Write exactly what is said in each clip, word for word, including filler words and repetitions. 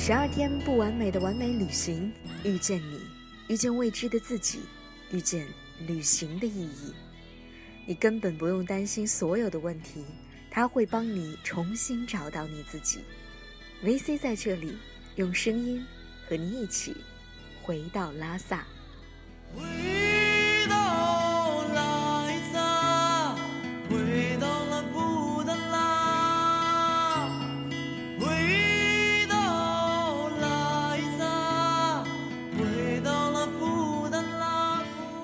十二天不完美的完美旅行，遇见你，遇见未知的自己，遇见旅行的意义。你根本不用担心所有的问题，它会帮你重新找到你自己。 V C 在这里用声音和你一起回到拉萨。 回到拉萨，回到了布达拉，回到拉萨，回到了布达拉。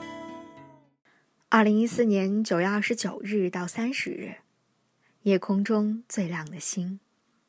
二零一四年九月二十九日到三十日，夜空中最亮的星。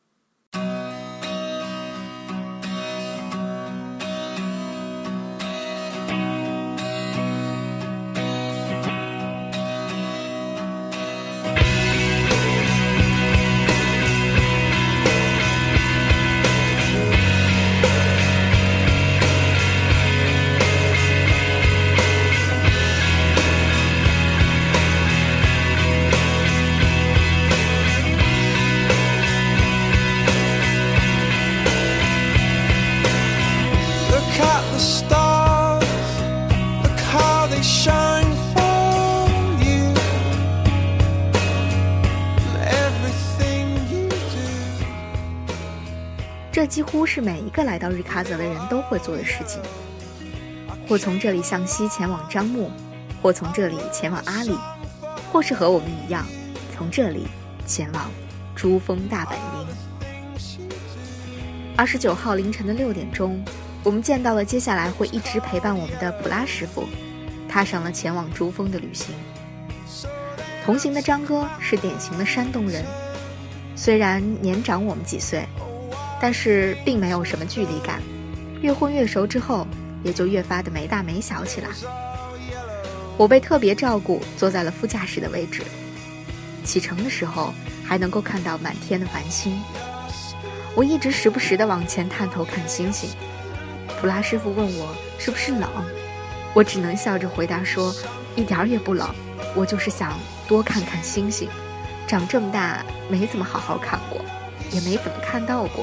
这几乎是每一个来到日喀则的人都会做的事情，或从这里向西前往樟木，或从这里前往阿里，或是和我们一样从这里前往珠峰大本营。二十九号凌晨的六点钟，我们见到了接下来会一直陪伴我们的普拉师傅，踏上了前往珠峰的旅行。同行的张哥是典型的山东人，虽然年长我们几岁，但是并没有什么距离感，越混越熟之后，也就越发的没大没小起来。我被特别照顾，坐在了副驾驶的位置。启程的时候还能够看到满天的繁星，我一直时不时地往前探头看星星。普拉师傅问我是不是冷，我只能笑着回答说一点也不冷，我就是想多看看星星，长这么大没怎么好好看过，也没怎么看到过。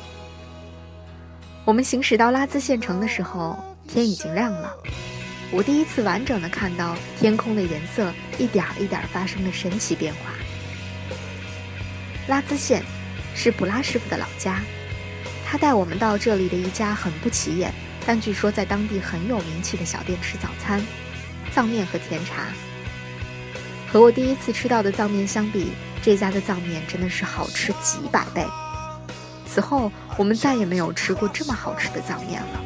我们行驶到拉孜县城的时候，天已经亮了。我第一次完整的看到天空的颜色一点一点发生了神奇变化。拉孜县是普拉师傅的老家，他带我们到这里的一家很不起眼，但据说在当地很有名气的小店吃早餐，藏面和甜茶。和我第一次吃到的藏面相比，这家的藏面真的是好吃几百倍。此后我们再也没有吃过这么好吃的藏面了。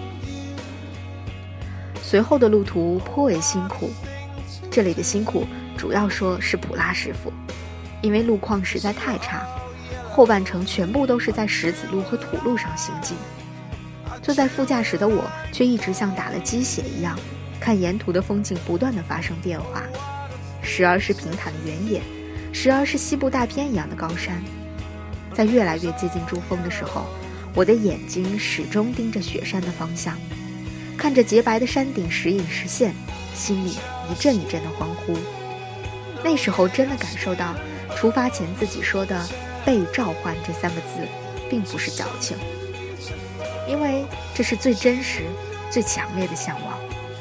随后的路途颇为辛苦，这里的辛苦主要说是普拉师傅，因为路况实在太差，后半程全部都是在石子路和土路上行进。坐在副驾驶的我却一直像打了鸡血一样，看沿途的风景不断的发生变化，时而是平坦的原野，时而是西部大片一样的高山。在越来越接近珠峰的时候，我的眼睛始终盯着雪山的方向，看着洁白的山顶时隐时现，心里一阵一阵的欢呼。那时候真的感受到出发前自己说的被召唤这三个字并不是矫情，因为这是最真实最强烈的向往。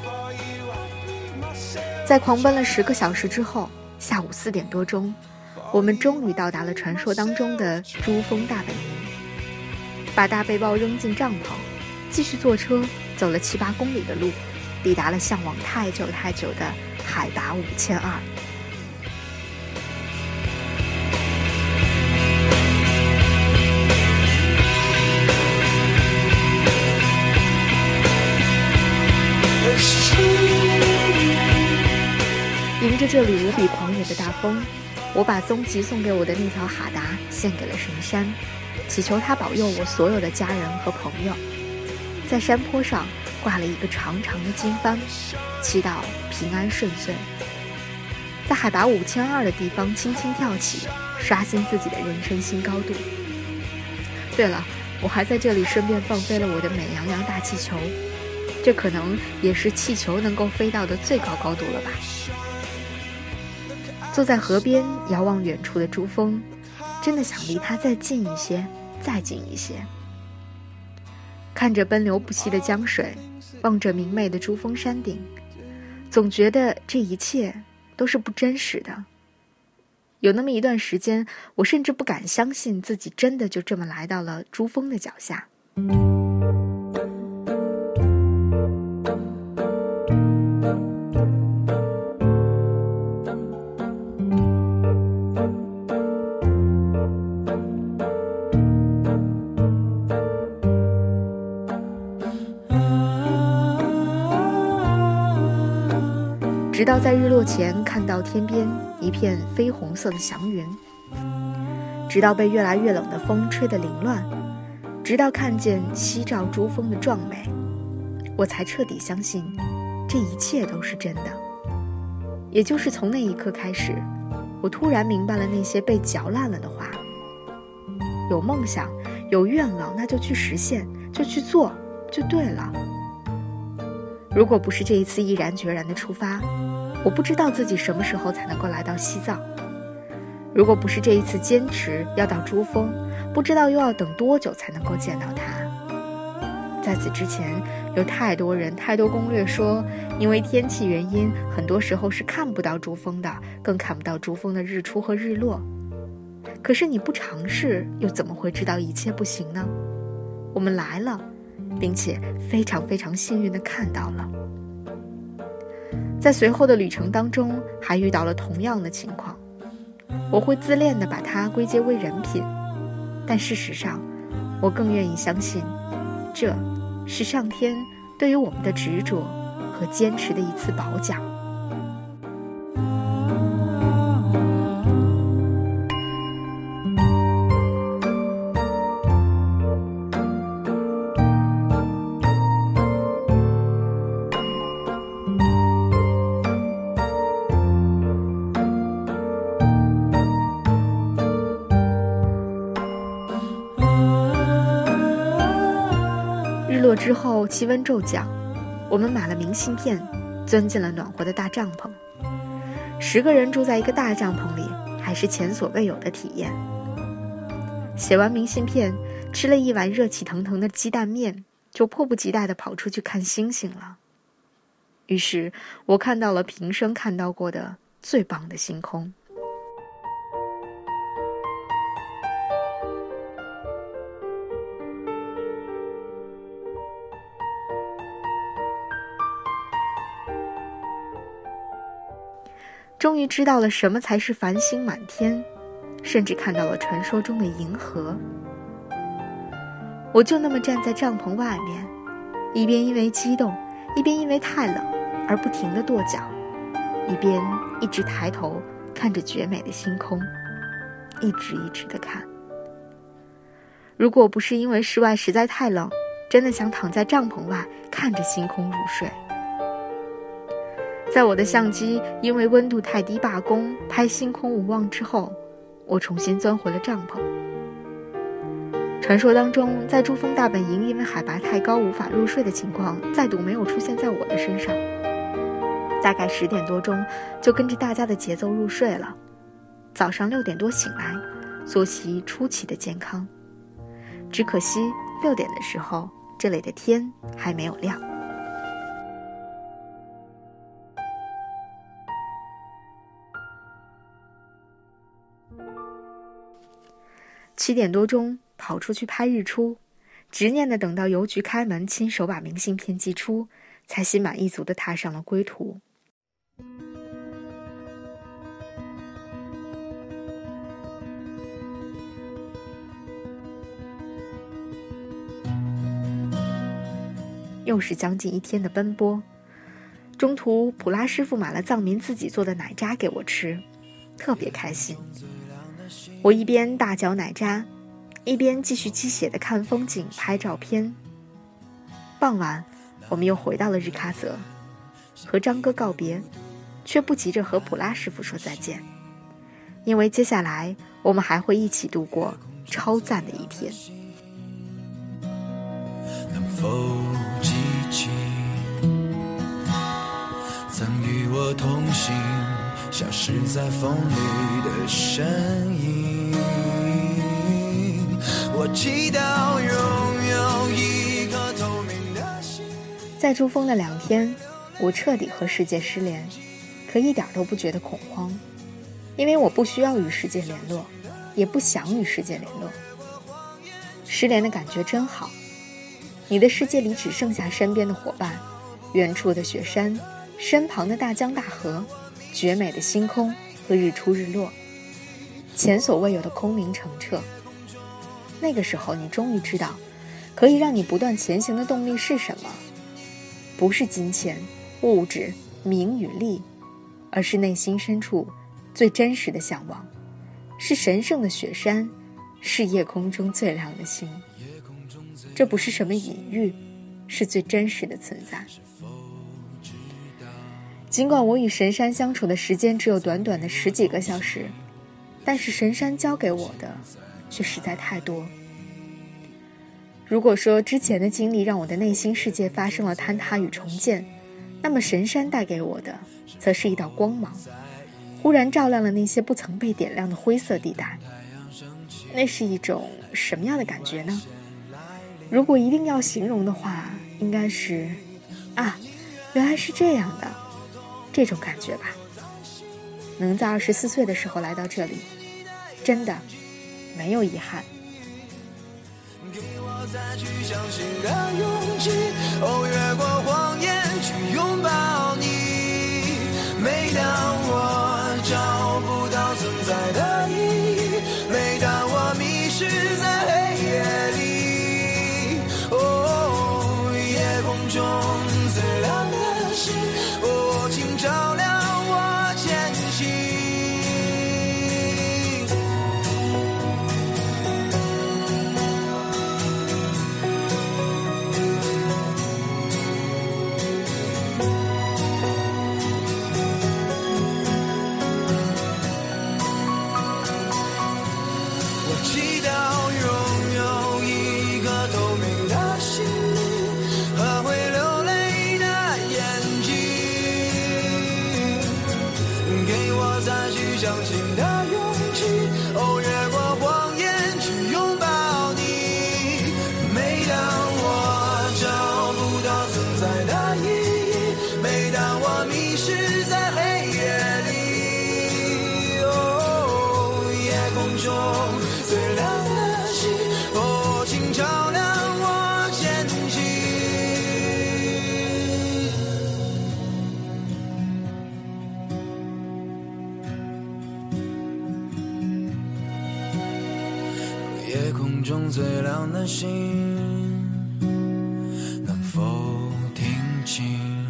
在狂奔了十个小时之后，下午四点多钟，我们终于到达了传说当中的珠峰大本营，把大背包扔进帐篷，继续坐车走了七八公里的路，抵达了向往太久太久的海拔五千二。迎着这里无比狂野的大风，我把宗吉送给我的那条哈达献给了神山，祈求他保佑我所有的家人和朋友。在山坡上挂了一个长长的经幡，祈祷平安顺遂。在海拔五千二的地方轻轻跳起，刷新自己的人生新高度。对了，我还在这里顺便放飞了我的美羊羊大气球，这可能也是气球能够飞到的最高高度了吧。坐在河边遥望远处的珠峰，真的想离它再近一些，再近一些。 看着奔流不息的江水，望着明媚的珠峰山顶，总觉得这一切都是不真实的。有那么一段时间，我甚至不敢相信自己真的就这么来到了珠峰的脚下。直到在日落前看到天边一片绯红色的祥云，直到被越来越冷的风吹得凌乱，直到看见夕照珠峰的壮美，我才彻底相信这一切都是真的。也就是从那一刻开始，我突然明白了那些被嚼烂了的话：有梦想，有愿望，那就去实现，就去做，就对了。如果不是这一次毅然决然的出发，我不知道自己什么时候才能够来到西藏。如果不是这一次坚持要到珠峰，不知道又要等多久才能够见到它。在此之前，有太多人太多攻略说，因为天气原因，很多时候是看不到珠峰的，更看不到珠峰的日出和日落。可是你不尝试，又怎么会知道一切不行呢？我们来了，并且非常非常幸运地看到了。在随后的旅程当中，还遇到了同样的情况，我会自恋地把它归结为人品，但事实上，我更愿意相信，这是上天对于我们的执着和坚持的一次褒奖。日落之后，气温骤降，我们买了明信片，钻进了暖和的大帐篷。十个人住在一个大帐篷里，还是前所未有的体验。写完明信片，吃了一碗热气腾腾的鸡蛋面，就迫不及待地跑出去看星星了。于是我看到了平生看到过的最棒的星空。终于知道了什么才是繁星满天，甚至看到了传说中的银河。我就那么站在帐篷外面，一边因为激动，一边因为太冷而不停地跺脚，一边一直抬头看着绝美的星空，一直一直地看。如果不是因为室外实在太冷，真的想躺在帐篷外看着星空入睡。在我的相机因为温度太低罢工，拍星空无望之后，我重新钻回了帐篷。传说当中，在珠峰大本营因为海拔太高无法入睡的情况再度没有出现在我的身上。大概十点多钟就跟着大家的节奏入睡了，早上六点多醒来，作息出奇的健康。只可惜六点的时候，这里的天还没有亮。七点多钟跑出去拍日出，执念地等到邮局开门，亲手把明信片寄出，才心满意足地踏上了归途。又是将近一天的奔波，中途普拉师傅买了藏民自己做的奶渣给我吃，特别开心。我一边大嚼奶渣，一边继续鸡血地看风景拍照片。傍晚我们又回到了日喀则，和张哥告别，却不急着和普拉师傅说再见，因为接下来我们还会一起度过超赞的一天。 能否记起曾与我同行消失在风里的身影，我祈祷拥有一颗在珠峰的两天，我彻底和世界失联，可一点都不觉得恐慌，因为我不需要与世界联络，也不想与世界联络。失联的感觉真好，你的世界里只剩下身边的伙伴，远处的雪山，身旁的大江大河，绝美的星空和日出日落，前所未有的空灵澄澈。那个时候你终于知道，可以让你不断前行的动力是什么，不是金钱、物质、名与利，而是内心深处最真实的向往，是神圣的雪山，是夜空中最亮的星。这不是什么隐喻，是最真实的存在。尽管我与神山相处的时间只有短短的十几个小时，但是神山教给我的却实在太多。如果说之前的经历让我的内心世界发生了坍塌与重建，那么神山带给我的则是一道光芒，忽然照亮了那些不曾被点亮的灰色地带。那是一种什么样的感觉呢？如果一定要形容的话，应该是啊，原来是这样的，这种感觉吧。能在二十四岁的时候来到这里，真的没有遗憾。 给我再去相信的勇气，哦，越过谎言去拥抱你。每当我找不到存在的意义，每当我迷失在黑夜里，哦，夜空中最亮的星，哦，请照亮我前行。相信的勇气，哦，越过谎言去拥抱你。每当我找不到存在的意义，每当我迷失在黑夜里，哦，夜空中最亮的星，哦，请照亮我前行。夜空中最亮的星，能否听清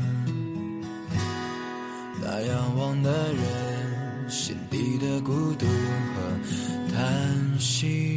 那仰望的人心底的孤独和叹息？